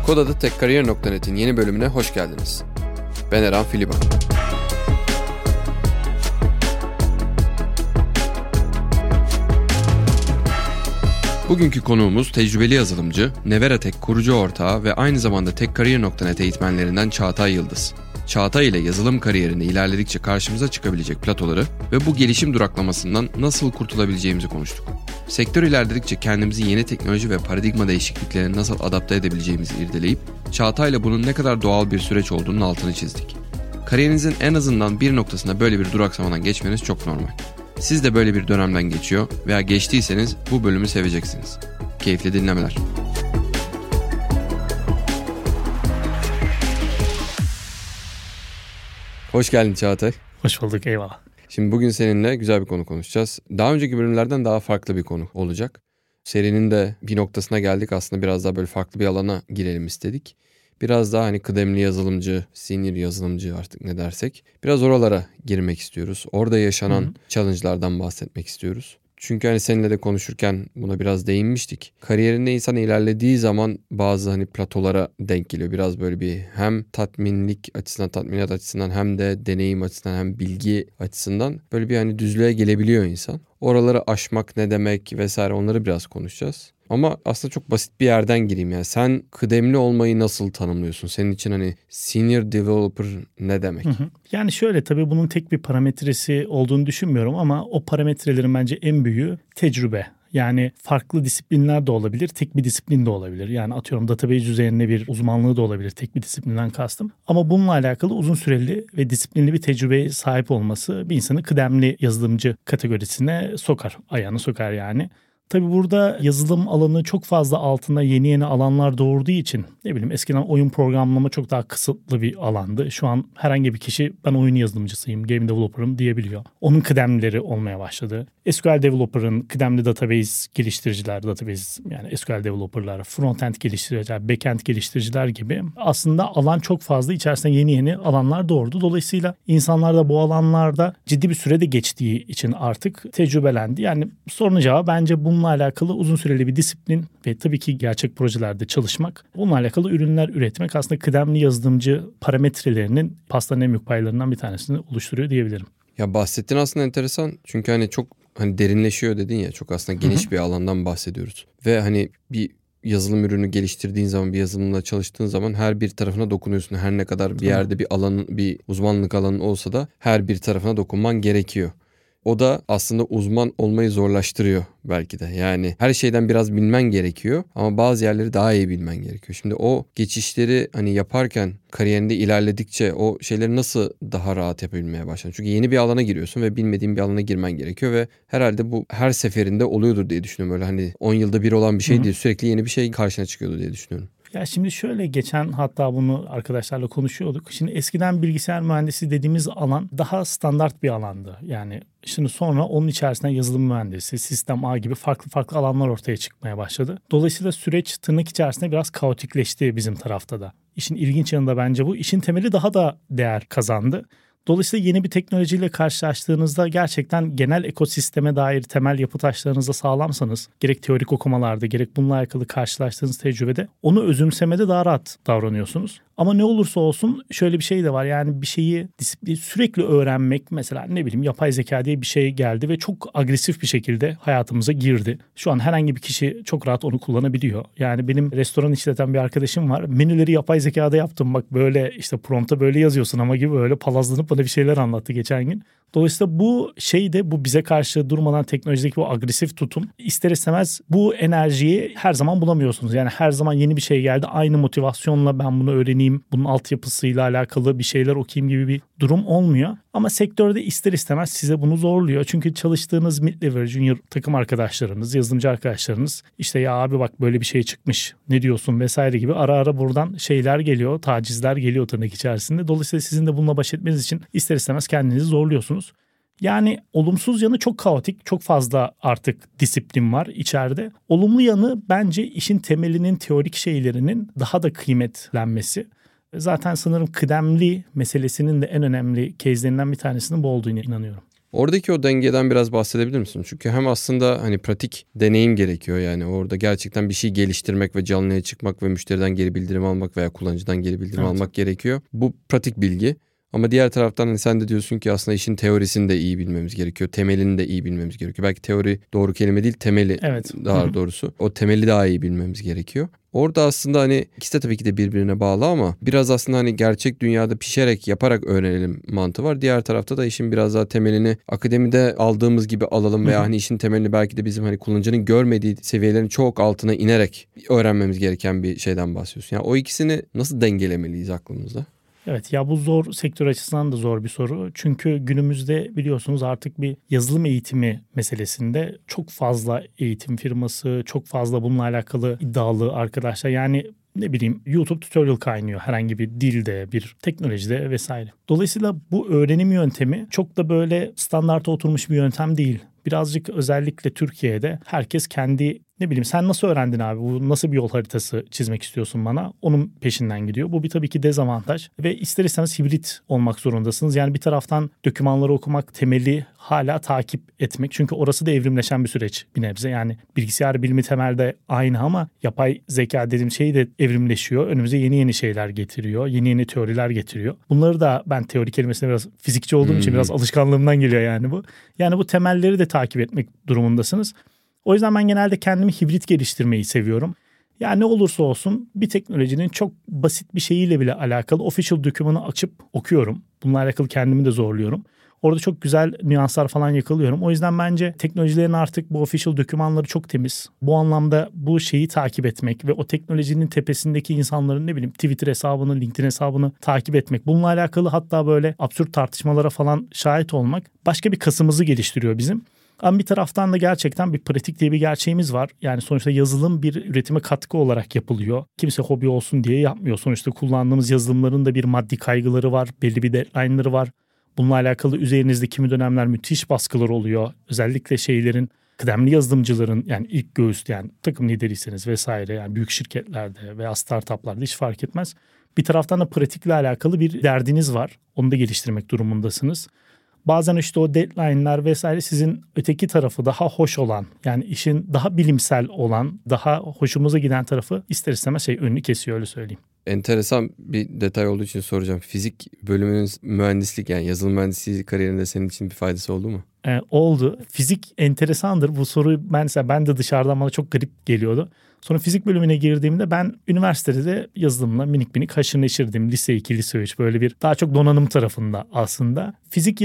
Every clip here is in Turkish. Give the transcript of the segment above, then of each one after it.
Kod Tekkariyer.net'in yeni bölümüne hoş geldiniz. Ben Eren Filiban. Bugünkü konuğumuz tecrübeli yazılımcı, Nevera-Tech kurucu ortağı ve aynı zamanda Tekkariyer.net eğitmenlerinden Çağatay Yıldız. Çağatay ile yazılım kariyerinde ilerledikçe karşımıza çıkabilecek platoları ve bu gelişim duraklamasından nasıl kurtulabileceğimizi konuştuk. Sektör ilerledikçe kendimizi yeni teknoloji ve paradigma değişikliklerine nasıl adapte edebileceğimizi irdeleyip, Çağatay ile bunun ne kadar doğal bir süreç olduğunun altını çizdik. Kariyerinizin en azından bir noktasında böyle bir duraksamadan geçmeniz çok normal. Siz de böyle bir dönemden geçiyor veya geçtiyseniz bu bölümü seveceksiniz. Keyifli dinlemeler. Hoş geldin Çağatay. Hoş bulduk, eyvallah. Şimdi bugün seninle güzel bir konu konuşacağız. Daha önceki bölümlerden daha farklı bir konu olacak. Serinin de bir noktasına geldik. Aslında biraz daha böyle farklı bir alana girelim istedik. Biraz daha hani kıdemli yazılımcı, senior yazılımcı artık ne dersek. Biraz oralara girmek istiyoruz. Orada yaşanan challenge'lardan bahsetmek istiyoruz. Çünkü hani seninle de konuşurken buna biraz değinmiştik. Kariyerinde insan ilerlediği zaman bazı hani platolara denk geliyor. Biraz böyle bir hem tatminlik açısından, tatminat açısından hem de deneyim açısından hem bilgi açısından böyle bir hani düzlüğe gelebiliyor insan. Oraları aşmak ne demek vesaire onları biraz konuşacağız. Ama aslında çok basit bir yerden gireyim yani. Sen kıdemli olmayı nasıl tanımlıyorsun? Senin için hani senior developer ne demek? Yani şöyle, tabii bunun tek bir parametresi olduğunu düşünmüyorum ama o parametrelerin bence en büyüğü tecrübe. Yani farklı disiplinler de olabilir, tek bir disiplin de olabilir. Yani atıyorum database üzerine bir uzmanlığı da olabilir, tek bir disiplinden kastım. Ama bununla alakalı uzun süreli ve disiplinli bir tecrübeye sahip olması bir insanı kıdemli yazılımcı kategorisine sokar, ayağını sokar yani. Tabii burada yazılım alanı çok fazla altında yeni alanlar doğurduğu için ne bileyim eskiden oyun programlama çok daha kısıtlı bir alandı. Şu an herhangi bir kişi ben oyun yazılımcısıyım, game developer'ım diyebiliyor. Onun kıdemlileri olmaya başladı. SQL developer'ın kıdemli database geliştiriciler, database yani SQL developer'lar, frontend geliştiriciler, backend geliştiriciler gibi aslında alan çok fazla, içerisinde yeni alanlar doğurdu. Dolayısıyla insanlar da bu alanlarda ciddi bir sürede geçtiği için artık tecrübelendi. Yani sorunun cevabı bence bununla alakalı uzun süreli bir disiplin ve tabii ki gerçek projelerde çalışmak. Bununla alakalı ürünler üretmek aslında kıdemli yazılımcı parametrelerinin pastanın en büyük paylarından bir tanesini oluşturuyor diyebilirim. Ya bahsettiğin aslında enteresan. Çünkü hani çok hani derinleşiyor dedin ya, çok aslında geniş bir alandan bahsediyoruz. Ve hani bir yazılım ürünü geliştirdiğin zaman, bir yazılımla çalıştığın zaman her bir tarafına dokunuyorsun. Her ne kadar bir yerde bir alanın, bir uzmanlık alanın olsa da her bir tarafına dokunman gerekiyor. O da aslında uzman olmayı zorlaştırıyor belki de. Yani her şeyden biraz bilmen gerekiyor ama bazı yerleri daha iyi bilmen gerekiyor. Şimdi o geçişleri hani yaparken kariyerinde ilerledikçe o şeyleri nasıl daha rahat yapabilmeye başladın? Çünkü yeni bir alana giriyorsun ve bilmediğin bir alana girmen gerekiyor ve herhalde bu her seferinde oluyordur diye düşünüyorum. Öyle hani 10 yılda bir olan bir şey değil, sürekli yeni bir şey karşına çıkıyordu diye düşünüyorum. Ya şimdi şöyle, geçen hatta bunu arkadaşlarla konuşuyorduk. Şimdi eskiden bilgisayar mühendisi dediğimiz alan daha standart bir alandı. Yani şimdi sonra onun içerisinde yazılım mühendisi, sistem ağ gibi farklı alanlar ortaya çıkmaya başladı. Dolayısıyla süreç tırnak içerisinde biraz kaotikleşti bizim tarafta da. İşin ilginç yanı da bence bu. İşin temeli daha da değer kazandı. Dolayısıyla yeni bir teknolojiyle karşılaştığınızda gerçekten genel ekosisteme dair temel yapı taşlarınızda sağlamsanız, gerek teorik okumalarda gerek bununla alakalı karşılaştığınız tecrübede onu özümsemede daha rahat davranıyorsunuz. Ama ne olursa olsun şöyle bir şey de var. Yani bir şeyi sürekli öğrenmek, mesela ne bileyim yapay zeka diye bir şey geldi ve çok agresif bir şekilde hayatımıza girdi. Şu an herhangi bir kişi çok rahat onu kullanabiliyor. Yani benim restoran işleten bir arkadaşım var. Menüleri yapay zekada yaptım, bak böyle işte prompta böyle yazıyorsun ama gibi böyle palazlanıp bana bir şeyler anlattı geçen gün. Dolayısıyla bu şey de, bu bize karşı durmadan teknolojideki bu agresif tutum, ister istemez bu enerjiyi her zaman bulamıyorsunuz. Yani her zaman yeni bir şey geldi, aynı motivasyonla ben bunu öğreneyim, bunun altyapısıyla alakalı bir şeyler okuyayım gibi bir durum olmuyor. Ama sektörde ister istemez size bunu zorluyor. Çünkü çalıştığınız mid-level, junior takım arkadaşlarınız, yazılımcı arkadaşlarınız işte ya abi bak böyle bir şey çıkmış, ne diyorsun vesaire gibi ara buradan şeyler geliyor, tacizler geliyor tırnak içerisinde. Dolayısıyla sizin de bununla baş etmeniz için ister istemez kendinizi zorluyorsunuz. Yani olumsuz yanı çok kaotik, çok fazla artık disiplin var içeride. Olumlu yanı bence işin temelinin, teorik şeylerinin daha da kıymetlenmesi. Zaten sanırım kıdemli meselesinin de en önemli case'lerinden bir tanesinin bu olduğunu inanıyorum. Oradaki o dengeden biraz bahsedebilir misin? Çünkü hem aslında hani pratik deneyim gerekiyor, yani orada gerçekten bir şey geliştirmek ve canlıya çıkmak ve müşteriden geri bildirim almak veya kullanıcıdan geri bildirim almak gerekiyor. Bu pratik bilgi. Ama diğer taraftan hani sen de diyorsun ki aslında işin teorisini de iyi bilmemiz gerekiyor. Temelini de iyi bilmemiz gerekiyor. Belki teori doğru kelime değil, temeli daha doğrusu. O temeli daha iyi bilmemiz gerekiyor. Orada aslında hani ikisi de tabii ki de birbirine bağlı ama biraz aslında hani gerçek dünyada pişerek, yaparak öğrenelim mantığı var. Diğer tarafta da işin biraz daha temelini akademide aldığımız gibi alalım veya hani işin temelini belki de bizim hani kullanıcının görmediği seviyelerin çok altına inerek öğrenmemiz gereken bir şeyden bahsediyorsun. Yani o ikisini nasıl dengelemeliyiz aklımızda? Evet ya, bu zor, sektör açısından da zor bir soru. Çünkü günümüzde biliyorsunuz artık bir yazılım eğitimi meselesinde çok fazla eğitim firması, çok fazla bununla alakalı iddialı arkadaşlar. Yani ne bileyim, YouTube tutorial kaynıyor herhangi bir dilde, bir teknolojide vesaire. Dolayısıyla bu öğrenim yöntemi çok da böyle standarta oturmuş bir yöntem değil. Birazcık özellikle Türkiye'de herkes kendi, ne bileyim, sen nasıl öğrendin abi, bu nasıl bir yol haritası çizmek istiyorsun bana, onun peşinden gidiyor. Bu bir tabii ki dezavantaj ve ister istemez hibrit olmak zorundasınız. Yani bir taraftan dokümanları okumak, temeli hala takip etmek. Çünkü orası da evrimleşen bir süreç bir nebze. Yani bilgisayar bilimi temelde aynı ama yapay zeka dediğim şey de evrimleşiyor. Önümüze yeni yeni şeyler getiriyor. Yeni yeni teoriler getiriyor. Bunları da ben teori kelimesine biraz fizikçi olduğum için biraz alışkanlığımdan geliyor yani bu. Yani bu temelleri de takip etmek durumundasınız. O yüzden ben genelde kendimi hibrit geliştirmeyi seviyorum. Yani ne olursa olsun bir teknolojinin çok basit bir şeyiyle bile alakalı official dokümanı açıp okuyorum. Bununla alakalı kendimi de zorluyorum. Orada çok güzel nüanslar falan yakalıyorum. O yüzden bence teknolojilerin artık bu official dokümanları çok temiz. Bu anlamda bu şeyi takip etmek ve o teknolojinin tepesindeki insanların, ne bileyim, Twitter hesabını, LinkedIn hesabını takip etmek. Bununla alakalı hatta böyle absürt tartışmalara falan şahit olmak başka bir kasımızı geliştiriyor bizim. Ama bir taraftan da gerçekten bir pratik diye bir gerçeğimiz var. Yani sonuçta yazılım bir üretime katkı olarak yapılıyor. Kimse hobi olsun diye yapmıyor. Sonuçta kullandığımız yazılımların da bir maddi kaygıları var, belli bir deadline'ları var. Bununla alakalı üzerinizde kimi dönemler müthiş baskılar oluyor. Özellikle şeylerin, kıdemli yazılımcıların, yani ilk göğüsleyen, takım lideriyseniz vesaire, yani büyük şirketlerde veya startuplarda hiç fark etmez. Bir taraftan da pratikle alakalı bir derdiniz var. Onu da geliştirmek durumundasınız. Bazen işte o deadline'lar vesaire sizin öteki tarafı, daha hoş olan, yani işin daha bilimsel olan, daha hoşumuza giden tarafı ister istemez önünü kesiyor, öyle söyleyeyim. Enteresan bir detay olduğu için soracağım. Fizik bölümünün mühendislik, yani yazılım mühendisliği kariyerinde senin için bir faydası oldu mu? Oldu. Fizik enteresandır. Bu soruyu ben de dışarıdan bana çok garip geliyordu. Sonra fizik bölümüne girdiğimde ben üniversitede de yazılımla minik haşır neşirdim. Lise 2, lise 3, böyle bir daha çok donanım tarafında aslında. Fizik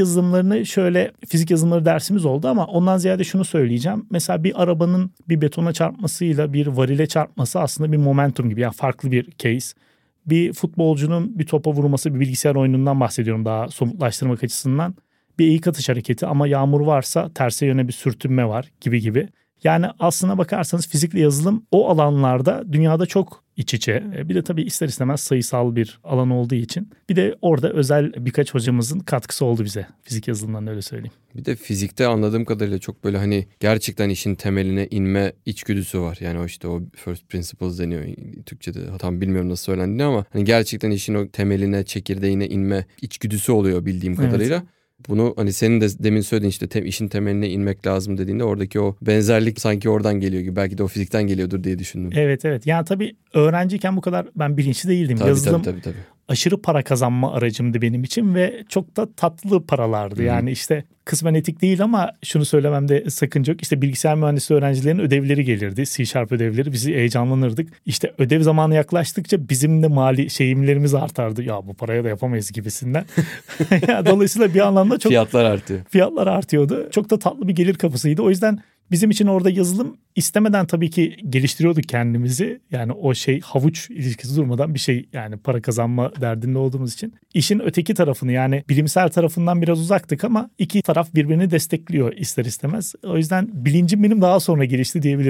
yazılımları dersimiz oldu ama ondan ziyade şunu söyleyeceğim. Mesela bir arabanın bir betona çarpmasıyla bir varile çarpması aslında bir momentum gibi, yani farklı bir case. Bir futbolcunun bir topa vurması, bir bilgisayar oyunundan bahsediyorum daha somutlaştırmak açısından. Bir eğik atış hareketi ama yağmur varsa terse yöne bir sürtünme var gibi. Yani aslına bakarsanız fizikle yazılım o alanlarda dünyada çok iç içe. Bir de tabii ister istemez sayısal bir alan olduğu için. Bir de orada özel birkaç hocamızın katkısı oldu bize. Fizik yazılımından, öyle söyleyeyim. Bir de fizikte anladığım kadarıyla çok böyle hani gerçekten işin temeline inme içgüdüsü var. Yani o işte o first principles deniyor Türkçe'de. Tam bilmiyorum nasıl söylendiğini ama hani gerçekten işin o temeline, çekirdeğine inme içgüdüsü oluyor bildiğim kadarıyla. Evet. Bunu hani senin de demin söylediğin işte işin temeline inmek lazım dediğinde oradaki o benzerlik sanki oradan geliyor gibi. Belki de o fizikten geliyordur diye düşündüm. Evet. Yani tabii öğrenciyken bu kadar ben bilinçli değildim. Yazılım tabii. aşırı para kazanma aracımdı benim için ve çok da tatlı paralardı. Yani işte kısmen etik değil ama şunu söylememde sakınca yok. İşte bilgisayar mühendisliği öğrencilerinin ödevleri gelirdi. C# ödevleri, bizi heyecanlanırdık. İşte ödev zamanı yaklaştıkça bizim de mali şeyimlerimiz artardı. Ya bu paraya da yapamayız gibisinden. Dolayısıyla bir anlamda çok fiyatlar artıyordu. Çok da tatlı bir gelir kapısıydı. O yüzden bizim için orada yazılım istemeden tabii ki geliştiriyorduk kendimizi. Yani o havuç ilişkisi durmadan bir şey, yani para kazanma derdinde olduğumuz için. İşin öteki tarafını, yani bilimsel tarafından biraz uzaktık ama iki taraf birbirini destekliyor ister istemez. O yüzden bilincim benim daha sonra gelişti diyebilirim.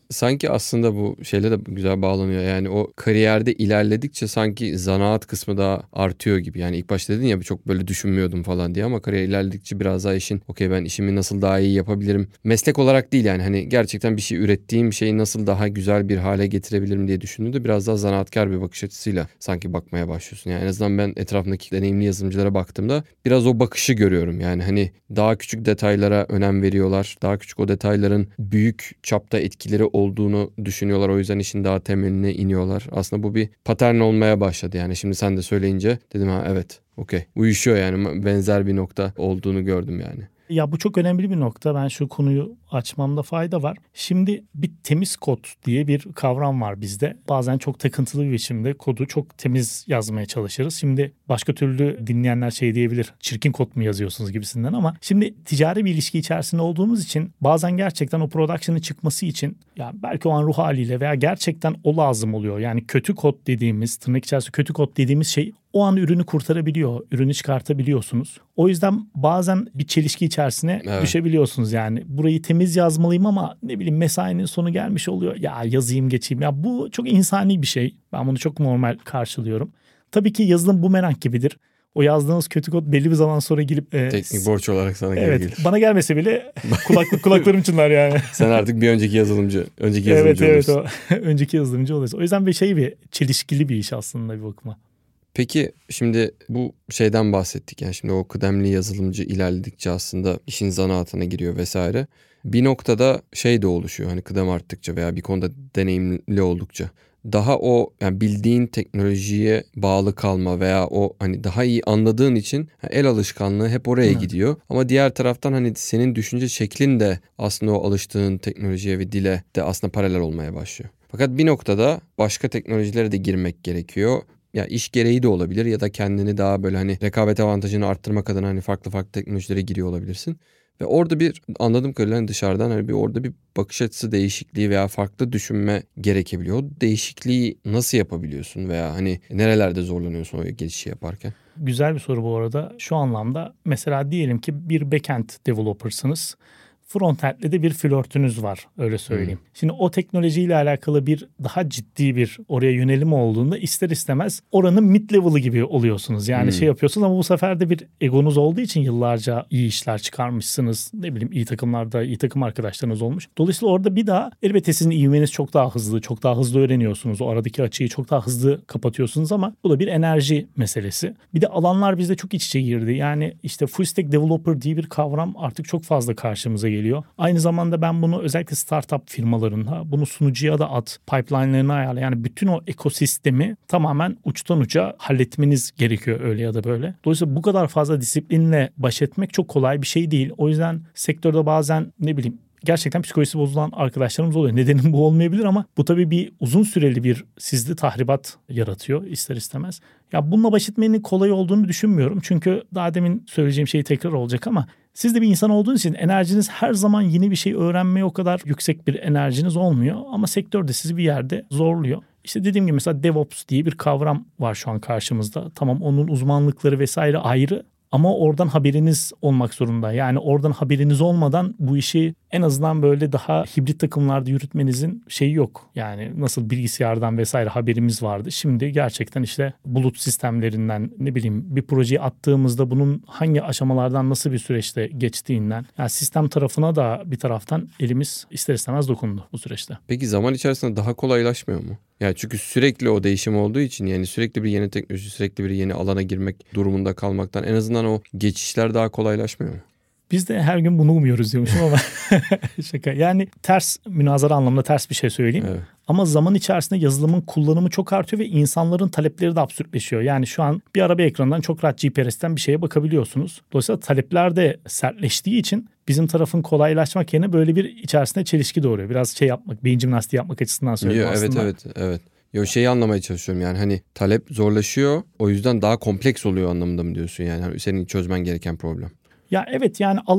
Sanki aslında bu şeyle de güzel bağlanıyor. Yani o kariyerde ilerledikçe sanki zanaat kısmı daha artıyor gibi. Yani ilk başta dedin ya çok böyle düşünmüyordum falan diye ama kariyer ilerledikçe biraz daha işin okey ben işimi nasıl daha iyi yapabilirim. Meslek olarak değil yani hani gerçekten bir şey ürettiğim şeyi nasıl daha güzel bir hale getirebilirim diye düşündüğünde biraz daha zanaatkar bir bakış açısıyla sanki bakmaya başlıyorsun. Yani en azından ben etrafındaki deneyimli yazılımcılara baktığımda biraz o bakışı görüyorum. Yani hani daha küçük detaylara önem veriyorlar. Daha küçük o detayların büyük çapta etkileri olduğunu düşünüyorlar. O yüzden işin daha temeline iniyorlar. Aslında bu bir patern olmaya başladı. Yani şimdi sen de söyleyince dedim ha evet okey uyuşuyor yani benzer bir nokta olduğunu gördüm yani. Ya bu çok önemli bir nokta. Ben şu konuyu açmamda fayda var. Şimdi bir temiz kod diye bir kavram var bizde. Bazen çok takıntılı bir biçimde kodu çok temiz yazmaya çalışırız. Şimdi başka türlü dinleyenler şey diyebilir. Çirkin kod mu yazıyorsunuz gibisinden ama şimdi ticari bir ilişki içerisinde olduğumuz için bazen gerçekten o production'ın çıkması için ya belki o an ruh haliyle veya gerçekten o lazım oluyor. Yani kötü kod dediğimiz, tırnak içerisinde kötü kod dediğimiz şey o an ürünü kurtarabiliyor, ürünü çıkartabiliyorsunuz. O yüzden bazen bir çelişki içerisine düşebiliyorsunuz. Yani burayı temiz yazmalıyım ama ne bileyim mesainin sonu gelmiş oluyor. Ya yazayım geçeyim. Ya bu çok insani bir şey. Ben bunu çok normal karşılıyorum. Tabii ki yazılım bumerang gibidir. O yazdığınız kötü kod belli bir zaman sonra gelip... teknik borç olarak sana geri gelir. Bana gelmese bile kulaklarım çınlar yani. Sen artık bir önceki yazılımcı olursun. Evet o önceki yazılımcı oluyorsun. O yüzden bir çelişkili bir iş aslında bir bakıma. Peki şimdi bu şeyden bahsettik yani şimdi o kıdemli yazılımcı ilerledikçe aslında işin zanaatına giriyor vesaire. Bir noktada şey de oluşuyor hani kıdem arttıkça veya bir konuda deneyimli oldukça. Daha o yani bildiğin teknolojiye bağlı kalma veya o hani daha iyi anladığın için el alışkanlığı hep oraya gidiyor. Ama diğer taraftan hani senin düşünce şeklin de aslında o alıştığın teknolojiye ve dile de aslında paralel olmaya başlıyor. Fakat bir noktada başka teknolojilere de girmek gerekiyor. Ya iş gereği de olabilir ya da kendini daha böyle hani rekabet avantajını arttırmak adına hani farklı teknolojilere giriyor olabilirsin. Ve orada bir anladığım kadarıyla hani dışarıdan hani orada bir bakış açısı değişikliği veya farklı düşünme gerekebiliyor. O değişikliği nasıl yapabiliyorsun veya hani nerelerde zorlanıyorsun o geçişi yaparken? Güzel bir soru bu arada. Şu anlamda mesela diyelim ki bir backend developer'sınız. Frontend'le de bir flörtünüz var öyle söyleyeyim. Şimdi o teknolojiyle alakalı bir daha ciddi bir oraya yönelim olduğunda ister istemez oranın mid level'ı gibi oluyorsunuz. Yani şey yapıyorsunuz ama bu sefer de bir egonuz olduğu için yıllarca iyi işler çıkarmışsınız. Ne bileyim iyi takımlarda iyi takım arkadaşlarınız olmuş. Dolayısıyla orada bir daha elbette sizin ivmeniz çok daha hızlı, çok daha hızlı öğreniyorsunuz. O aradaki açıyı çok daha hızlı kapatıyorsunuz ama bu da bir enerji meselesi. Bir de alanlar bizde çok iç içe girdi. Yani işte full stack developer diye bir kavram artık çok fazla karşımıza geliyor. Aynı zamanda ben bunu özellikle startup firmalarında bunu sunucuya da pipeline'larını ayarla. Yani bütün o ekosistemi tamamen uçtan uca halletmeniz gerekiyor öyle ya da böyle. Dolayısıyla bu kadar fazla disiplinle baş etmek çok kolay bir şey değil. O yüzden sektörde bazen ne bileyim gerçekten psikolojisi bozulan arkadaşlarımız oluyor. Nedenin bu olmayabilir ama bu tabii bir uzun süreli bir sizde tahribat yaratıyor ister istemez. Ya bununla baş etmenin kolay olduğunu düşünmüyorum. Çünkü daha demin söyleyeceğim şey tekrar olacak ama siz de bir insan olduğunuz için enerjiniz her zaman yeni bir şey öğrenmeye o kadar yüksek bir enerjiniz olmuyor. Ama sektörde sizi bir yerde zorluyor. İşte dediğim gibi mesela DevOps diye bir kavram var şu an karşımızda. Tamam onun uzmanlıkları vesaire ayrı. Ama oradan haberiniz olmak zorunda. Yani oradan haberiniz olmadan bu işi en azından böyle daha hibrit takımlarda yürütmenizin şeyi yok. Yani nasıl bilgisayardan vesaire haberimiz vardı. Şimdi gerçekten işte bulut sistemlerinden ne bileyim bir projeyi attığımızda bunun hangi aşamalardan nasıl bir süreçte geçtiğinden. Yani sistem tarafına da bir taraftan elimiz ister istemez dokundu bu süreçte. Peki zaman içerisinde daha kolaylaşmıyor mu? Yani çünkü sürekli o değişim olduğu için yani sürekli bir yeni teknoloji, sürekli bir yeni alana girmek durumunda kalmaktan en azından o geçişler daha kolaylaşmıyor mu? Biz de her gün bunu umuyoruz diyormuşum ama şaka. Yani münazara anlamında ters bir şey söyleyeyim. Evet. Ama zaman içerisinde yazılımın kullanımı çok artıyor ve insanların talepleri de absürtleşiyor. Yani şu an bir araba ekranından çok rahat GPS'ten bir şeye bakabiliyorsunuz. Dolayısıyla talepler de sertleştiği için bizim tarafın kolaylaşmak yerine böyle bir içerisinde çelişki doğuruyor. Biraz beyin jimnastiği yapmak açısından söylüyorum aslında. Evet. Yo şeyi anlamaya çalışıyorum yani hani talep zorlaşıyor o yüzden daha kompleks oluyor anlamında mı diyorsun yani hani senin çözmen gereken problem? Ya evet yani alan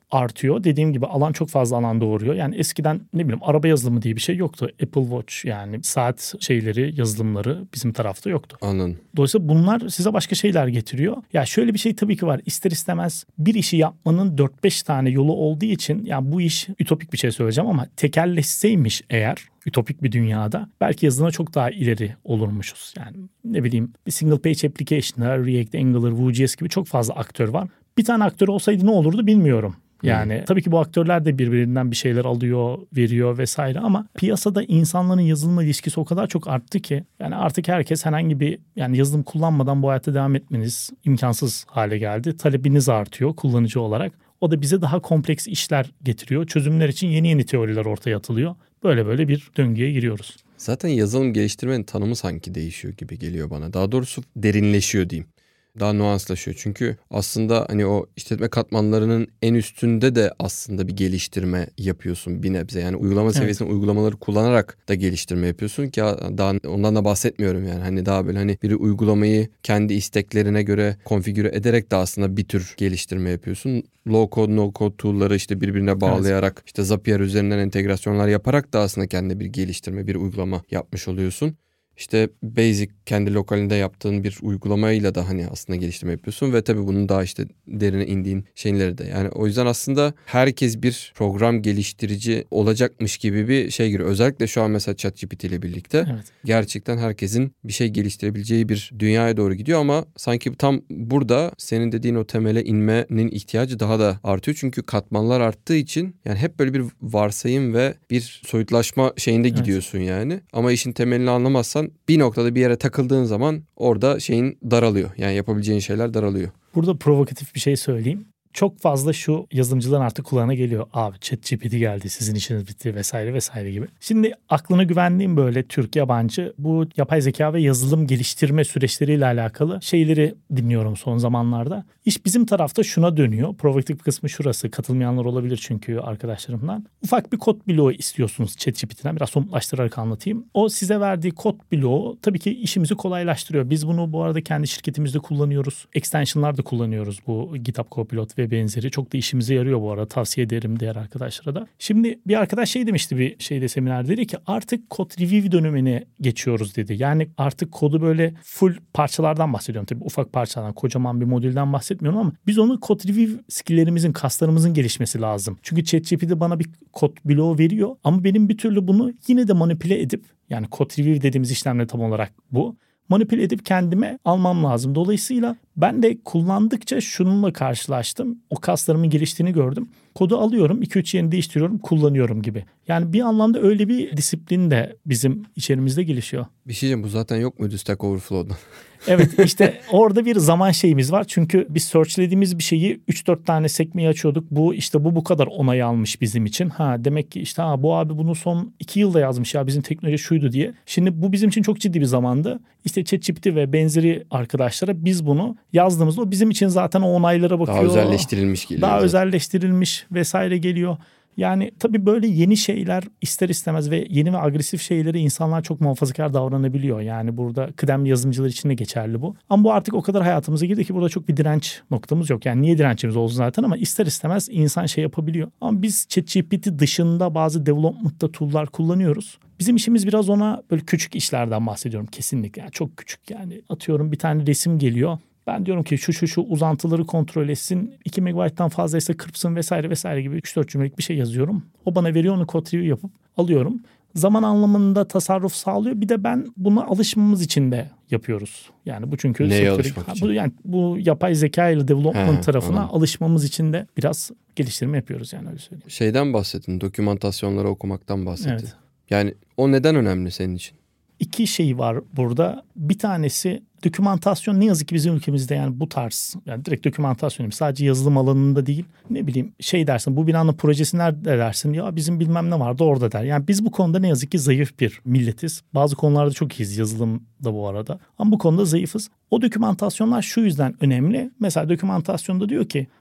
artıyor. Dediğim gibi alan çok fazla alan doğuruyor. Yani eskiden ne bileyim araba yazılımı diye bir şey yoktu. Apple Watch yani saat şeyleri, yazılımları bizim tarafta yoktu. Anladım. Dolayısıyla bunlar size başka şeyler getiriyor. Ya şöyle bir şey tabii ki var. İster istemez bir işi yapmanın 4-5 tane yolu olduğu için yani bu iş ütopik bir şey söyleyeceğim ama tekelleşseymiş eğer ütopik bir dünyada belki yazılımda çok daha ileri olurmuşuz. Yani ne bileyim bir single page application'da React, Angular, Vue.js gibi çok fazla aktör var. Bir tane aktör olsaydı ne olurdu bilmiyorum. Yani tabii ki bu aktörler de birbirinden bir şeyler alıyor, veriyor vesaire ama piyasada insanların yazılımla ilişkisi o kadar çok arttı ki yani artık herkes herhangi bir yani yazılım kullanmadan bu hayata devam etmeniz imkansız hale geldi. Talebiniz artıyor kullanıcı olarak. O da bize daha kompleks işler getiriyor. Çözümler için yeni teoriler ortaya atılıyor. Böyle bir döngüye giriyoruz. Zaten yazılım geliştirmenin tanımı sanki değişiyor gibi geliyor bana. Daha doğrusu derinleşiyor diyeyim. Daha nuanslaşıyor. Çünkü aslında hani o işletme katmanlarının en üstünde de aslında bir geliştirme yapıyorsun bir nebze. Yani uygulama seviyesinde uygulamaları kullanarak da geliştirme yapıyorsun ki daha ondan da bahsetmiyorum yani. Hani daha böyle hani bir uygulamayı kendi isteklerine göre konfigüre ederek de aslında bir tür geliştirme yapıyorsun. Low code, no code tool'ları işte birbirine bağlayarak işte Zapier üzerinden entegrasyonlar yaparak da aslında kendi bir geliştirme, bir uygulama yapmış oluyorsun. İşte basic kendi lokalinde yaptığın bir uygulamayla da hani aslında geliştirme yapıyorsun ve tabii bunun daha işte derine indiğin şeyleri de. Yani o yüzden aslında herkes bir program geliştirici olacakmış gibi bir şey giriyor. Özellikle şu an mesela ChatGPT ile birlikte gerçekten herkesin bir şey geliştirebileceği bir dünyaya doğru gidiyor ama sanki tam burada senin dediğin o temele inmenin ihtiyacı daha da artıyor. Çünkü katmanlar arttığı için yani hep böyle bir varsayım ve bir soyutlaşma şeyinde gidiyorsun yani. Ama işin temelini anlamazsan bir noktada bir yere takıldığın zaman orada şeyin daralıyor. Yani yapabileceğin şeyler daralıyor. Burada provokatif bir şey söyleyeyim. Çok fazla şu yazılımcıların artık kulağına geliyor. Abi ChatGPT geldi, sizin işiniz bitti vesaire vesaire gibi. Şimdi aklına güvendiğim böyle Türk, yabancı bu yapay zeka ve yazılım geliştirme süreçleriyle alakalı şeyleri dinliyorum son zamanlarda. İş bizim tarafta şuna dönüyor. Provokatif kısmı şurası. Katılmayanlar olabilir çünkü arkadaşlarımdan. Ufak bir kod bloğu istiyorsunuz ChatGPT'den. Biraz somutlaştırarak anlatayım. O size verdiği kod bloğu tabii ki işimizi kolaylaştırıyor. Biz bunu bu arada kendi şirketimizde kullanıyoruz. Extension'lar da kullanıyoruz bu GitHub Copilot ve benzeri. Çok da işimize yarıyor bu arada. Tavsiye ederim diğer arkadaşlara da. Şimdi bir arkadaş şey demişti bir seminerde dedi ki artık kod review dönemine geçiyoruz dedi. Yani artık kodu böyle full parçalardan bahsediyorum. Tabii ufak parçalardan, kocaman bir modülden bahsetmiyorum ama biz onu kod review skill'lerimizin, kaslarımızın gelişmesi lazım. Çünkü ChatGPT bana bir kod bloğu veriyor ama benim bir türlü bunu yine de manipüle edip yani kod review dediğimiz işlemle tam olarak bu. Manipüle edip kendime almam lazım. Dolayısıyla ben de kullandıkça şununla karşılaştım. O kaslarımın geliştiğini gördüm. Kodu alıyorum, 2-3 yerini değiştiriyorum, kullanıyorum gibi. Yani bir anlamda öyle bir disiplin de bizim içerimizde gelişiyor. Bir şey diyeceğim, bu zaten yok muydu Stack Overflow'da? Evet, işte orada bir zaman şeyimiz var. Çünkü biz searchlediğimiz bir şeyi 3-4 tane sekmeyi açıyorduk. Bu kadar onay almış bizim için. Demek ki işte bu abi bunu son 2 yılda yazmış ya, bizim teknoloji şuydu diye. Şimdi bu bizim için çok ciddi bir zamandı. İşte ChatGPT ve benzeri arkadaşlara biz bunu yazdığımızda o bizim için zaten o onaylara bakıyor. Daha özelleştirilmiş geliyor. Daha özelleştirilmiş vesaire geliyor. Yani tabii böyle yeni şeyler ister istemez ve yeni ve agresif şeyleri insanlar çok muhafazakar davranabiliyor. Yani burada kıdemli yazılımcılar için de geçerli bu. Ama bu artık o kadar hayatımıza girdi ki burada çok bir direnç noktamız yok. Yani niye dirençimiz olsun zaten ama ister istemez insan şey yapabiliyor. Ama biz ChatGPT dışında bazı development'ta tool'lar kullanıyoruz. Bizim işimiz biraz ona böyle küçük işlerden bahsediyorum kesinlikle. Yani çok küçük, yani atıyorum bir tane resim geliyor. Ben diyorum ki şu uzantıları kontrol etsin, 2 MB'dan fazlaysa kırpsın vesaire gibi 3-4 cümlelik bir şey yazıyorum. O bana veriyor, onu code review yapıp alıyorum. Zaman anlamında tasarruf sağlıyor. Bir de ben buna alışmamız için de yapıyoruz. Yani bu çünkü neye alışmak için? Bu yapay zeka ile development tarafına alışmamız için de biraz geliştirme yapıyoruz yani, öyle söyleyeyim. Şeyden bahsettin, dokümantasyonları okumaktan bahsettin. Evet. Yani o neden önemli senin için? 2 şey var burada. Bir tanesi dokümantasyon, ne yazık ki bizim ülkemizde yani bu tarz, yani direkt dokümantasyon sadece yazılım alanında değil, ne bileyim şey dersin, bu binanın projesi nerede dersin, ya bizim bilmem ne vardı orada der. Yani biz bu konuda ne yazık ki zayıf bir milletiz. Bazı konularda çok iyiyiz, yazılımda bu arada, ama bu konuda zayıfız. O dokümantasyonlar şu yüzden önemli. Mesela dokümantasyonda diyor ki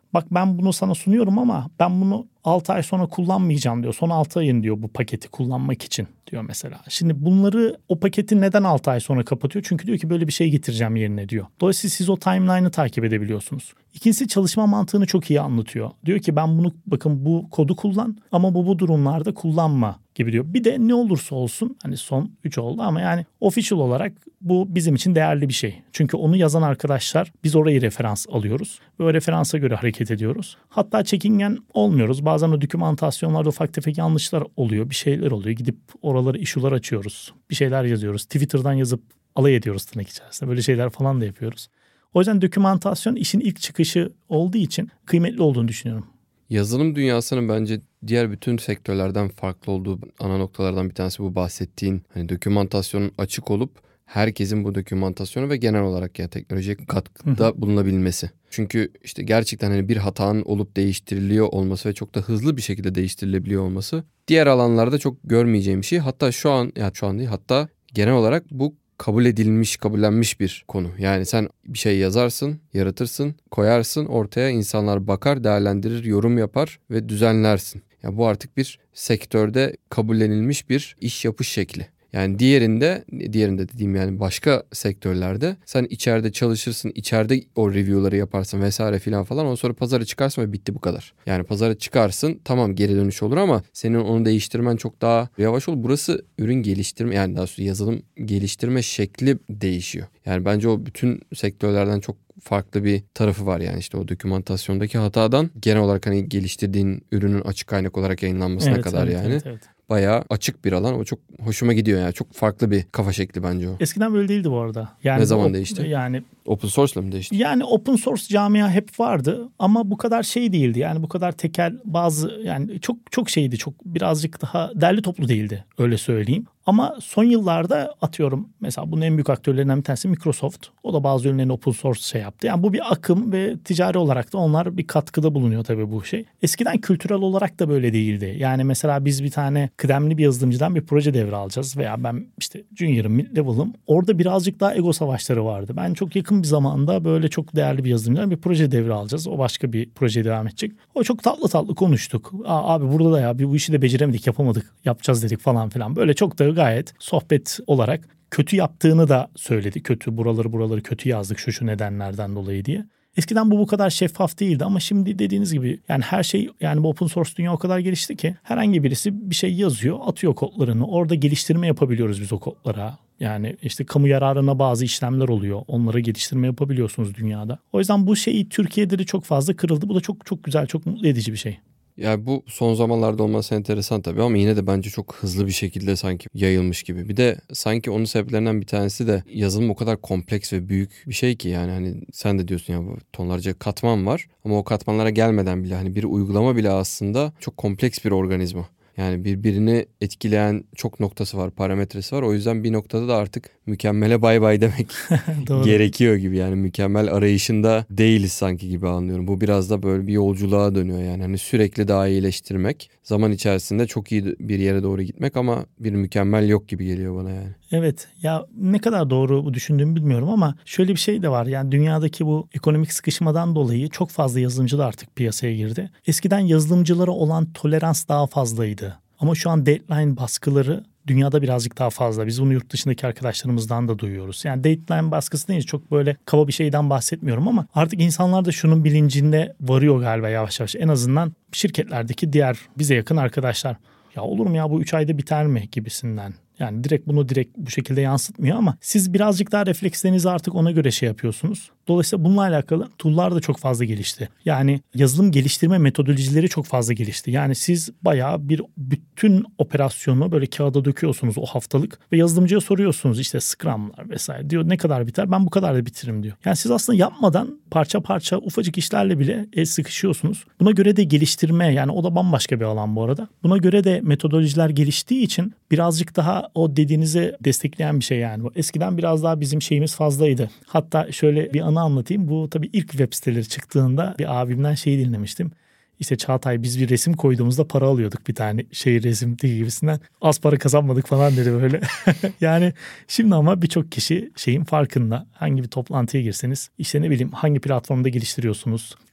Bak ben bunu sana sunuyorum ama ben bunu 6 ay sonra kullanmayacağım diyor. Son 6 ayın diyor bu paketi kullanmak için diyor mesela. Şimdi bunları o paketi neden 6 ay sonra kapatıyor? Çünkü diyor ki böyle bir şey getireceğim yerine diyor. Dolayısıyla siz o timeline'ı takip edebiliyorsunuz. İkincisi çalışma mantığını çok iyi anlatıyor. Diyor ki ben bunu bakın bu kodu kullan ama bu durumlarda kullanma gibi diyor. Bir de ne olursa olsun hani son 3 oldu ama yani official olarak bu bizim için değerli bir şey. Çünkü onu yazan arkadaşlar biz orayı referans alıyoruz ve o referansa göre hareket ediyoruz. Hatta çekingen olmuyoruz. Bazen o dokümantasyonlarda ufak tefek yanlışlar oluyor. Bir şeyler oluyor. Gidip oraları issue'lar açıyoruz. Bir şeyler yazıyoruz. Twitter'dan yazıp alay ediyoruz tırnak içerisinde. Böyle şeyler falan da yapıyoruz. O yüzden dokümantasyon işin ilk çıkışı olduğu için kıymetli olduğunu düşünüyorum. Yazılım dünyasının bence diğer bütün sektörlerden farklı olduğu ana noktalardan bir tanesi bu bahsettiğin hani dokümantasyonun açık olup herkesin bu dokümantasyonu ve genel olarak ya teknolojiye katkıda bulunabilmesi. Çünkü işte gerçekten hani bir hatanın olup değiştiriliyor olması ve çok da hızlı bir şekilde değiştirilebiliyor olması diğer alanlarda çok görmeyeceğim bir şey. Hatta şu an değil hatta genel olarak bu kabul edilmiş, kabullenmiş bir konu. Yani sen bir şey yazarsın, yaratırsın, koyarsın ortaya, insanlar bakar, değerlendirir, yorum yapar ve düzenlersin. Ya bu artık bir sektörde kabullenilmiş bir iş yapış şekli. Yani diğerinde dediğim yani başka sektörlerde sen içeride çalışırsın, içeride o review'ları yaparsın vesaire filan falan. Ondan sonra pazara çıkarsın ve bitti bu kadar. Yani pazara çıkarsın, tamam geri dönüş olur ama senin onu değiştirmen çok daha yavaş olur. Burası ürün geliştirme, yani daha sonra yazılım geliştirme şekli değişiyor. Yani bence o bütün sektörlerden çok farklı bir tarafı var yani işte o dokümantasyondaki hatadan genel olarak hani geliştirdiğin ürünün açık kaynak olarak yayınlanmasına kadar yani. Evet. Bayağı açık bir alan. O çok hoşuma gidiyor yani. Çok farklı bir kafa şekli bence o. Eskiden böyle değildi bu arada. Yani ne zaman değişti? Yani open source'la mı değişti? Yani open source camia hep vardı ama bu kadar şey değildi. Yani bu kadar tekel bazı yani çok şeydi. Çok birazcık daha derli toplu değildi öyle söyleyeyim. Ama son yıllarda atıyorum mesela bunun en büyük aktörlerinden bir tanesi Microsoft. O da bazı ürünlerini open source şey yaptı. Yani bu bir akım ve ticari olarak da onlar bir katkıda bulunuyor tabii bu şey. Eskiden kültürel olarak da böyle değildi. Yani mesela biz bir tane kıdemli bir yazılımcıdan bir proje devralacağız veya ben işte junior'ım, mid level'ım. Orada birazcık daha ego savaşları vardı. Ben çok yakın bir zamanda böyle çok değerli bir yazılımcıdan bir proje devralacağız. O başka bir projeye devam edecek. O çok tatlı konuştuk. Abi burada da ya bu işi de beceremedik, yapamadık, yapacağız dedik falan filan. Böyle çok da gayet sohbet olarak kötü yaptığını da söyledi. Kötü buraları kötü yazdık şu nedenlerden dolayı diye. Eskiden bu kadar şeffaf değildi ama şimdi dediğiniz gibi yani her şey yani bu open source dünya o kadar gelişti ki herhangi birisi bir şey yazıyor, atıyor kodlarını. Orada geliştirme yapabiliyoruz biz o kodlara. Yani işte kamu yararına bazı işlemler oluyor. Onlara geliştirme yapabiliyorsunuz dünyada. O yüzden bu şey Türkiye'de de çok fazla kırıldı. Bu da çok güzel, çok mutlu edici bir şey. Yani bu son zamanlarda olması enteresan tabii ama yine de bence çok hızlı bir şekilde sanki yayılmış gibi. Bir de sanki onun sebeplerinden bir tanesi de yazılım o kadar kompleks ve büyük bir şey ki yani hani sen de diyorsun ya bu tonlarca katman var ama o katmanlara gelmeden bile hani bir uygulama bile aslında çok kompleks bir organizma. Yani birbirini etkileyen çok noktası var, parametresi var. O yüzden bir noktada da artık mükemmele bay bay demek gerekiyor gibi. Yani mükemmel arayışında değiliz sanki gibi anlıyorum. Bu biraz da böyle bir yolculuğa dönüyor yani. Hani sürekli daha iyileştirmek, zaman içerisinde çok iyi bir yere doğru gitmek ama bir mükemmel yok gibi geliyor bana yani. Evet ya ne kadar doğru bu düşündüğümü bilmiyorum ama şöyle bir şey de var. Yani dünyadaki bu ekonomik sıkışmadan dolayı çok fazla yazılımcı da artık piyasaya girdi. Eskiden yazılımcılara olan tolerans daha fazlaydı. Ama şu an deadline baskıları dünyada birazcık daha fazla. Biz bunu yurt dışındaki arkadaşlarımızdan da duyuyoruz. Yani deadline baskısı değil, çok böyle kaba bir şeyden bahsetmiyorum ama artık insanlar da şunun bilincinde varıyor galiba yavaş yavaş. En azından şirketlerdeki diğer bize yakın arkadaşlar. Ya olur mu ya bu 3 ayda biter mi gibisinden. Yani bunu bu şekilde yansıtmıyor ama siz birazcık daha reflekslerinizi artık ona göre şey yapıyorsunuz. Dolayısıyla bununla alakalı tool'lar da çok fazla gelişti. Yani yazılım geliştirme metodolojileri çok fazla gelişti. Yani siz bayağı bütün operasyonu böyle kağıda döküyorsunuz o haftalık ve yazılımcıya soruyorsunuz işte Scrum'lar vesaire diyor ne kadar biter ben bu kadar da bitiririm diyor. Yani siz aslında yapmadan parça parça ufacık işlerle bile el sıkışıyorsunuz. Buna göre de geliştirme yani o da bambaşka bir alan bu arada. Buna göre de metodolojiler geliştiği için birazcık daha o dediğinizi destekleyen bir şey yani. Eskiden biraz daha bizim şeyimiz fazlaydı. Hatta şöyle bir anı anlatayım. Bu tabii ilk web siteleri çıktığında bir abimden şeyi dinlemiştim. İşte Çağatay biz bir resim koyduğumuzda para alıyorduk bir tane resim gibisinden. Az para kazanmadık falan dedi böyle. Yani şimdi ama birçok kişi şeyin farkında. Hangi bir toplantıya girseniz işte ne bileyim hangi platformda geliştiriyorsunuz?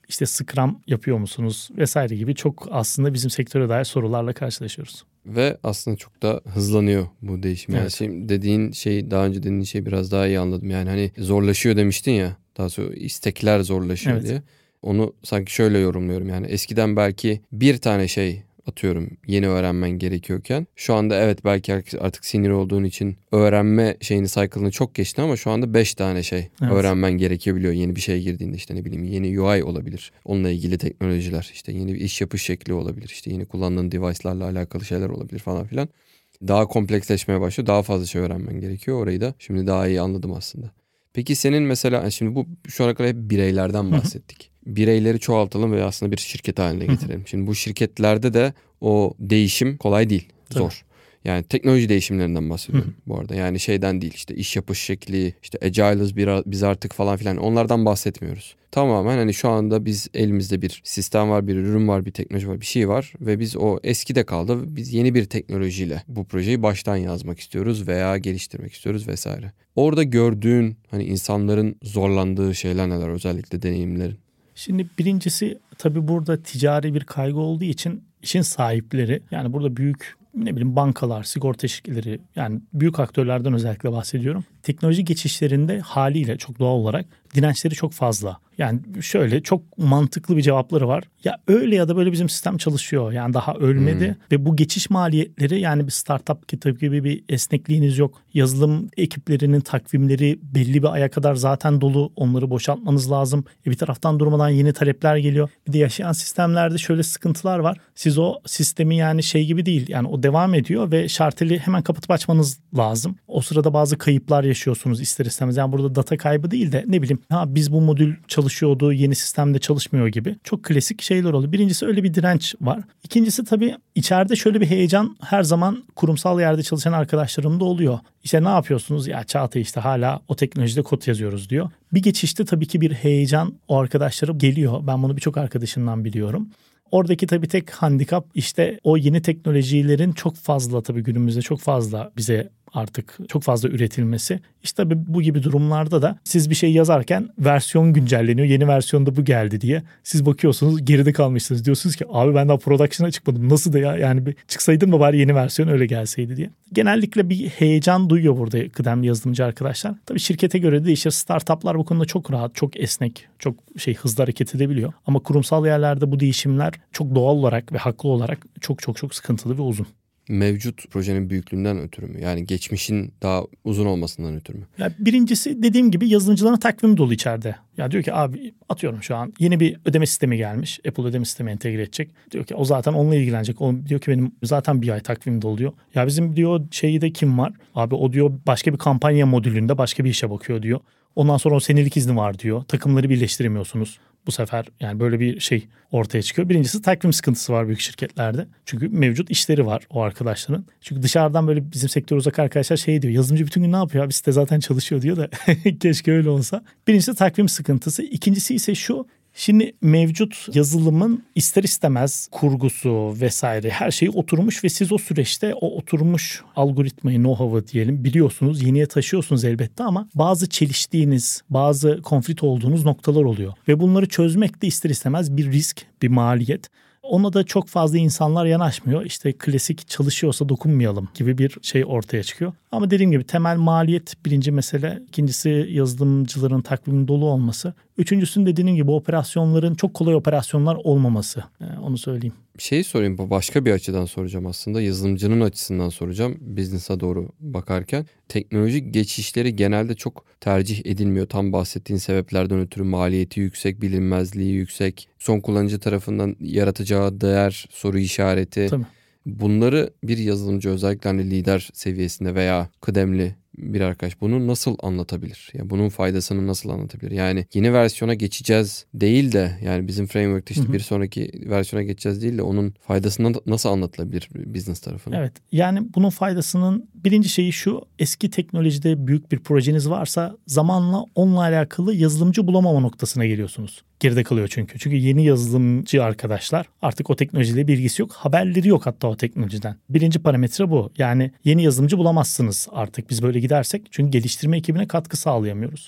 İşte Scrum yapıyor musunuz vesaire gibi çok aslında bizim sektöre dair sorularla karşılaşıyoruz. Ve aslında çok da hızlanıyor bu değişim. Yani Evet. dediğin şey, daha önce dediğin şey biraz daha iyi anladım. Yani hani zorlaşıyor demiştin ya, daha sonra istekler zorlaşıyor Evet. diye. Onu sanki şöyle yorumluyorum, yani eskiden belki bir tane şey atıyorum yeni öğrenmen gerekiyorken şu anda evet belki artık sinir olduğun için öğrenme cycle'ını çok geçti ama şu anda 5 tane şey Evet. öğrenmen gerekebiliyor yeni bir şeye girdiğinde. İşte ne bileyim, yeni UI olabilir, onunla ilgili teknolojiler, işte yeni bir iş yapış şekli olabilir, işte yeni kullandığın device'larla alakalı şeyler olabilir falan filan. Daha kompleksleşmeye başlıyor, daha fazla şey öğrenmen gerekiyor, orayı da şimdi daha iyi anladım aslında. Peki senin mesela, şimdi bu şu ana kadar hep bireylerden bahsettik. Bireyleri çoğaltalım ve aslında bir şirket haline getirelim. Şimdi bu şirketlerde de o değişim kolay değil, zor. Yani teknoloji değişimlerinden bahsediyorum bu arada. Yani şeyden değil, işte iş yapış şekli, işte agile'ız biz artık falan filan, onlardan bahsetmiyoruz. Tamamen hani şu anda biz elimizde bir sistem var, bir ürün var, bir teknoloji var, bir şey var ve biz o eskide kaldı. Biz yeni bir teknolojiyle bu projeyi baştan yazmak istiyoruz veya geliştirmek istiyoruz vesaire. Orada gördüğün hani insanların zorlandığı şeyler neler, özellikle deneyimlerin? Şimdi birincisi tabii burada ticari bir kaygı olduğu için işin sahipleri, yani burada büyük bankalar, sigorta şirketleri, yani büyük aktörlerden özellikle bahsediyorum. Teknoloji geçişlerinde haliyle çok doğal olarak dirençleri çok fazla. Yani şöyle çok mantıklı bir cevapları var. Ya öyle ya da böyle bizim sistem çalışıyor. Yani daha ölmedi ve bu geçiş maliyetleri, yani bir startup gibi bir esnekliğiniz yok. Yazılım ekiplerinin takvimleri belli bir aya kadar zaten dolu. Onları boşaltmanız lazım. Bir taraftan durmadan yeni talepler geliyor. Bir de yaşayan sistemlerde şöyle sıkıntılar var. Siz o sistemi yani şey gibi değil. Yani o devam ediyor ve şarteli hemen kapatıp açmanız lazım. O sırada bazı kayıplar yaşıyorsunuz ister istemez. Yani burada data kaybı değil de ne bileyim, biz bu modül çalışıyordu, yeni sistemde çalışmıyor gibi çok klasik şeyler oluyor. Birincisi öyle bir direnç var. İkincisi tabii içeride şöyle bir heyecan her zaman kurumsal yerde çalışan arkadaşlarımda oluyor. İşte ne yapıyorsunuz? Ya Çağatay işte hala o teknolojide kod yazıyoruz diyor. Bir geçişte tabii ki bir heyecan o arkadaşlarım geliyor. Ben bunu birçok arkadaşımdan biliyorum. Oradaki tabii tek handikap işte o yeni teknolojilerin çok fazla, tabii günümüzde çok fazla bize artık çok fazla üretilmesi. İşte tabii bu gibi durumlarda da siz bir şey yazarken versiyon güncelleniyor. Yeni versiyonda bu geldi diye. Siz bakıyorsunuz geride kalmışsınız. Diyorsunuz ki abi ben daha production'a çıkmadım. Nasıl da ya? Yani bir çıksaydım da bari yeni versiyon öyle gelseydi diye. Genellikle bir heyecan duyuyor burada kıdemli yazılımcı arkadaşlar. Tabii şirkete göre değişir. Startuplar bu konuda çok rahat, çok esnek, çok hızlı hareket edebiliyor. Ama kurumsal yerlerde bu değişimler çok doğal olarak ve haklı olarak çok sıkıntılı ve uzun. Mevcut projenin büyüklüğünden ötürü mü? Yani geçmişin daha uzun olmasından ötürü mü? Ya birincisi dediğim gibi yazılımcıların takvimi dolu içeride. Ya diyor ki abi atıyorum şu an yeni bir ödeme sistemi gelmiş. Apple ödeme sistemi entegre edecek. Diyor ki o zaten onunla ilgilenecek. O diyor ki benim zaten bir ay takvim doluyor. Ya bizim diyor şeyde kim var? Abi o diyor başka bir kampanya modülünde başka bir işe bakıyor diyor. Ondan sonra o senelik izni var diyor. Takımları birleştiremiyorsunuz. Bu sefer yani böyle bir şey ortaya çıkıyor. Birincisi takvim sıkıntısı var büyük şirketlerde. Çünkü mevcut işleri var o arkadaşların. Çünkü dışarıdan böyle bizim sektör uzak arkadaşlar şey diyor. Yazılımcı bütün gün ne yapıyor? Abi site zaten çalışıyor diyor da keşke öyle olsa. Birincisi takvim sıkıntısı. İkincisi ise şu. Şimdi mevcut yazılımın ister istemez kurgusu vesaire her şey oturmuş ve siz o süreçte o oturmuş algoritmayı, know-how'ı diyelim biliyorsunuz, yeniye taşıyorsunuz elbette ama bazı çeliştiğiniz, bazı konflit olduğunuz noktalar oluyor. Ve bunları çözmek de ister istemez bir risk, bir maliyet. Ona da çok fazla insanlar yanaşmıyor. İşte klasik çalışıyorsa dokunmayalım gibi bir şey ortaya çıkıyor. Ama dediğim gibi temel maliyet birinci mesele. İkincisi yazılımcıların takvimin dolu olması. Üçüncüsünün dediğim gibi operasyonların çok kolay operasyonlar olmaması. Onu söyleyeyim. Şeyi sorayım, başka bir açıdan soracağım aslında. Yazılımcının açısından soracağım. Business'a doğru bakarken. Teknolojik geçişleri genelde çok tercih edilmiyor. Tam bahsettiğin sebeplerden ötürü maliyeti yüksek, bilinmezliği yüksek. Son kullanıcı tarafından yaratacağı değer, soru işareti. Tabii. Bunları bir yazılımcı, özellikle hani lider seviyesinde veya kıdemli bir arkadaş bunu nasıl anlatabilir? Yani bunun faydasını nasıl anlatabilir? Yani yeni versiyona geçeceğiz değil de, yani bizim framework'ta işte bir sonraki versiyona geçeceğiz değil de onun faydasını nasıl anlatılabilir business tarafına? Evet, yani bunun faydasının birinci şeyi şu: eski teknolojide büyük bir projeniz varsa zamanla onunla alakalı yazılımcı bulamama noktasına geliyorsunuz. Geride kalıyor çünkü. Çünkü yeni yazılımcı arkadaşlar artık o teknolojiyle bilgisi yok. Haberleri yok hatta o teknolojiden. Birinci parametre bu. Yani yeni yazılımcı bulamazsınız artık biz böyle gidersek. Çünkü geliştirme ekibine katkı sağlayamıyoruz.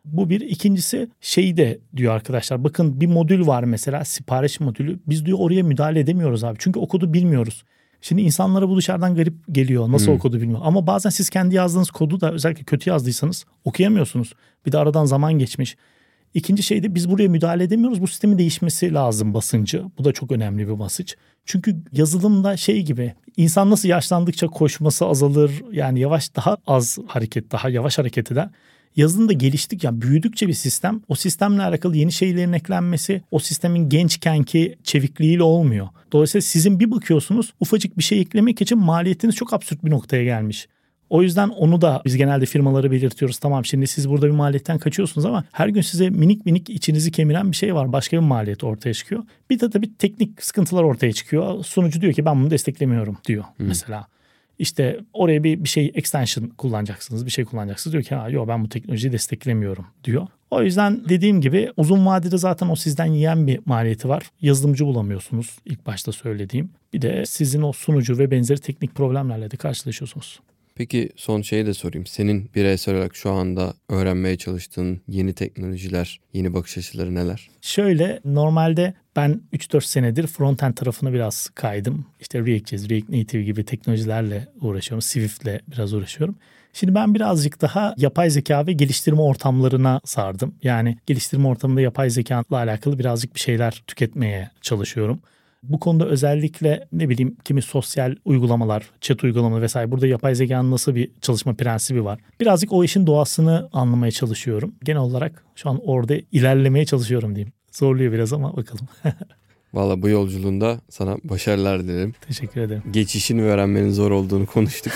Bu bir. İkincisi şeyi de diyor arkadaşlar. Bakın bir modül var mesela, sipariş modülü. Biz diyor oraya müdahale edemiyoruz abi. Çünkü o kodu bilmiyoruz. Şimdi insanlara bu dışarıdan garip geliyor. Nasıl o kodu bilmiyor. Ama bazen siz kendi yazdığınız kodu da özellikle kötü yazdıysanız okuyamıyorsunuz. Bir de aradan zaman geçmiş. İkinci şey de biz buraya müdahale edemiyoruz. Bu sistemin değişmesi lazım basıncı. Bu da çok önemli bir basınç. Çünkü yazılımda şey gibi, insan nasıl yaşlandıkça koşması azalır. Yani daha az hareket, daha yavaş hareket eder. Yazılımda geliştik, yani büyüdükçe bir sistem, o sistemle alakalı yeni şeylerin eklenmesi o sistemin gençkenki çevikliğiyle olmuyor. Dolayısıyla sizin bir bakıyorsunuz ufacık bir şey eklemek için maliyetiniz çok absürt bir noktaya gelmiş. O yüzden onu da biz genelde firmalara belirtiyoruz. Tamam, şimdi siz burada bir maliyetten kaçıyorsunuz ama her gün size minik minik içinizi kemiren bir şey var. Başka bir maliyet ortaya çıkıyor. Bir de tabii teknik sıkıntılar ortaya çıkıyor. Sunucu diyor ki ben bunu desteklemiyorum diyor mesela. İşte oraya bir şey extension kullanacaksınız, bir şey kullanacaksınız. Diyor ki yok ben bu teknolojiyi desteklemiyorum diyor. O yüzden dediğim gibi uzun vadede zaten o sizden yiyen bir maliyeti var. Yazılımcı bulamıyorsunuz ilk başta söylediğim. Bir de sizin o sunucu ve benzeri teknik problemlerle de karşılaşıyorsunuz. Peki son şeyi de sorayım. Senin bireysel olarak şu anda öğrenmeye çalıştığın yeni teknolojiler, yeni bakış açıları neler? Şöyle, normalde ben 3-4 senedir frontend tarafına biraz kaydım. İşte React.js, React Native gibi teknolojilerle uğraşıyorum. Swift'le biraz uğraşıyorum. Şimdi ben birazcık daha yapay zeka ve geliştirme ortamlarına sardım. Yani geliştirme ortamında yapay zeka ile alakalı birazcık bir şeyler tüketmeye çalışıyorum. Bu konuda özellikle kimi sosyal uygulamalar, chat uygulamaları vesaire, burada yapay zekanın nasıl bir çalışma prensibi var. Birazcık o işin doğasını anlamaya çalışıyorum. Genel olarak şu an orada ilerlemeye çalışıyorum diyeyim. Zorluyor biraz ama bakalım. Valla bu yolculuğunda sana başarılar dilerim. Teşekkür ederim. Geçişin ve öğrenmenin zor olduğunu konuştuk.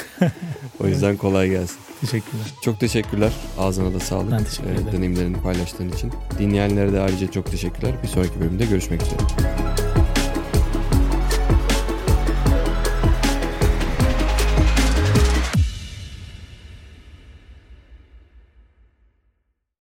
O yüzden kolay gelsin. Teşekkürler. Çok teşekkürler. Ağzına da sağlık. Ben teşekkür ederim. Deneyimlerini paylaştığın için. Dinleyenlere de ayrıca çok teşekkürler. Bir sonraki bölümde görüşmek üzere.